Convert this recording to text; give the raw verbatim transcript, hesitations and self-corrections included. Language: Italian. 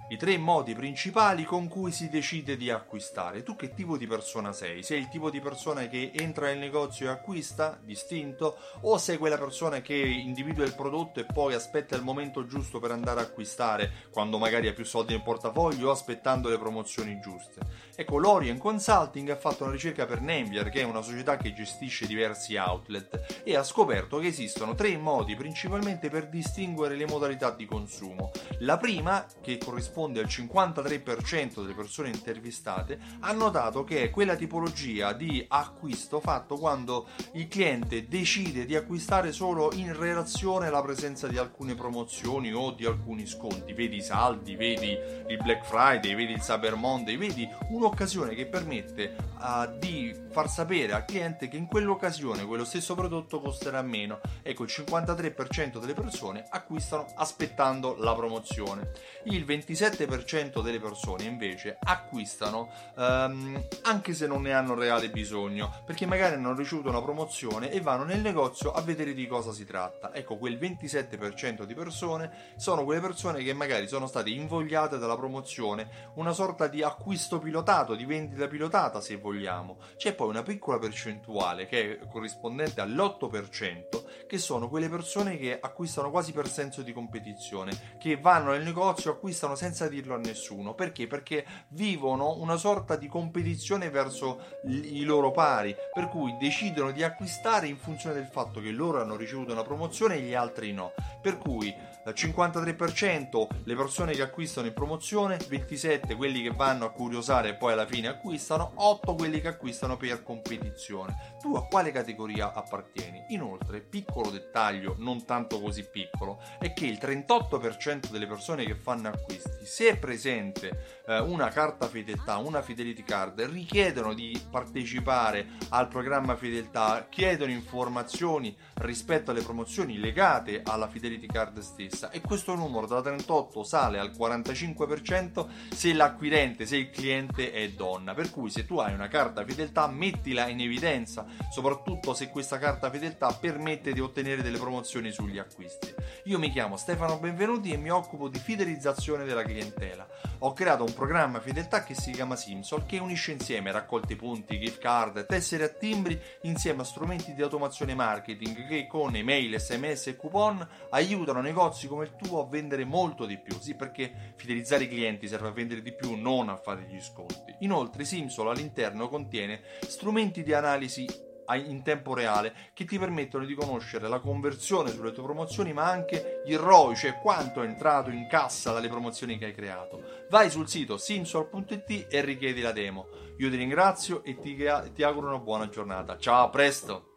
I tre modi principali con cui si decide di acquistare. Tu che tipo di persona sei? Sei il tipo di persona che entra nel negozio e acquista, distinto, o sei quella persona che individua il prodotto e poi aspetta il momento giusto per andare a acquistare, quando magari ha più soldi nel portafoglio o aspettando le promozioni giuste? Ecco, l'Orient Consulting ha fatto una ricerca per Nambier, che è una società che gestisce diversi outlet, e ha scoperto che esistono tre modi principalmente per distinguere le modalità di consumo. La prima, che corrisponde al cinquantatré per cento delle persone intervistate, ha notato che è quella tipologia di acquisto fatto quando il cliente decide di acquistare solo in relazione alla presenza di alcune promozioni o di alcuni sconti. Vedi i saldi, vedi il Black Friday, vedi il Cyber Monday, vedi un'occasione che permette uh, di far sapere al cliente che in quell'occasione quello stesso prodotto costerà meno. Ecco, il cinquantatré per cento delle persone acquistano aspettando la promozione. Il ventisette per cento delle persone invece acquistano um, anche se non ne hanno reale bisogno, perché magari hanno ricevuto una promozione e vanno nel negozio a vedere di cosa si tratta. Ecco, quel ventisette per cento di persone sono quelle persone che magari sono state invogliate dalla promozione, una sorta di acquisto pilotato, di vendita pilotata se vogliamo. C'è poi una piccola percentuale che è corrispondente all'otto per cento, che sono quelle persone che acquistano quasi per senso di competizione, che vanno nel negozio, acquistano senza dirlo a nessuno. Perché? Perché vivono una sorta di competizione verso i loro pari, per cui decidono di acquistare in funzione del fatto che loro hanno ricevuto una promozione e gli altri no. Per cui cinquantatré per cento le persone che acquistano in promozione, ventisette per cento quelli che vanno a curiosare e poi alla fine acquistano, otto per cento quelli che acquistano per competizione. Tu a quale categoria appartieni? Inoltre, piccolo dettaglio, non tanto così piccolo, è che il trentotto per cento delle persone che fanno acquisti, se è presente eh, una carta fedeltà, una Fidelity Card, richiedono di partecipare al programma fedeltà, chiedono informazioni rispetto alle promozioni legate alla Fidelity Card stessa, e questo numero da trentotto sale al quarantacinque per cento se l'acquirente, se il cliente è donna. Per cui se tu hai una carta fedeltà, mettila in evidenza, soprattutto se questa carta fedeltà permette di ottenere delle promozioni sugli acquisti. Io mi chiamo Stefano Benvenuti e mi occupo di fidelizzazione della clientela. Ho creato un programma fedeltà che si chiama Simsol, che unisce insieme raccolte punti, gift card, tessere a timbri insieme a strumenti di automazione marketing che con email, sms e coupon aiutano negozi come il tuo a vendere molto di più. Sì, perché fidelizzare i clienti serve a vendere di più, non a fare gli sconti. Inoltre Simsol all'interno contiene strumenti di analisi in tempo reale che ti permettono di conoscere la conversione sulle tue promozioni, ma anche il R O I, cioè quanto è entrato in cassa dalle promozioni che hai creato. Vai sul sito simsol punto it e richiedi la demo. Io ti ringrazio e ti, ti auguro una buona giornata. Ciao, a presto!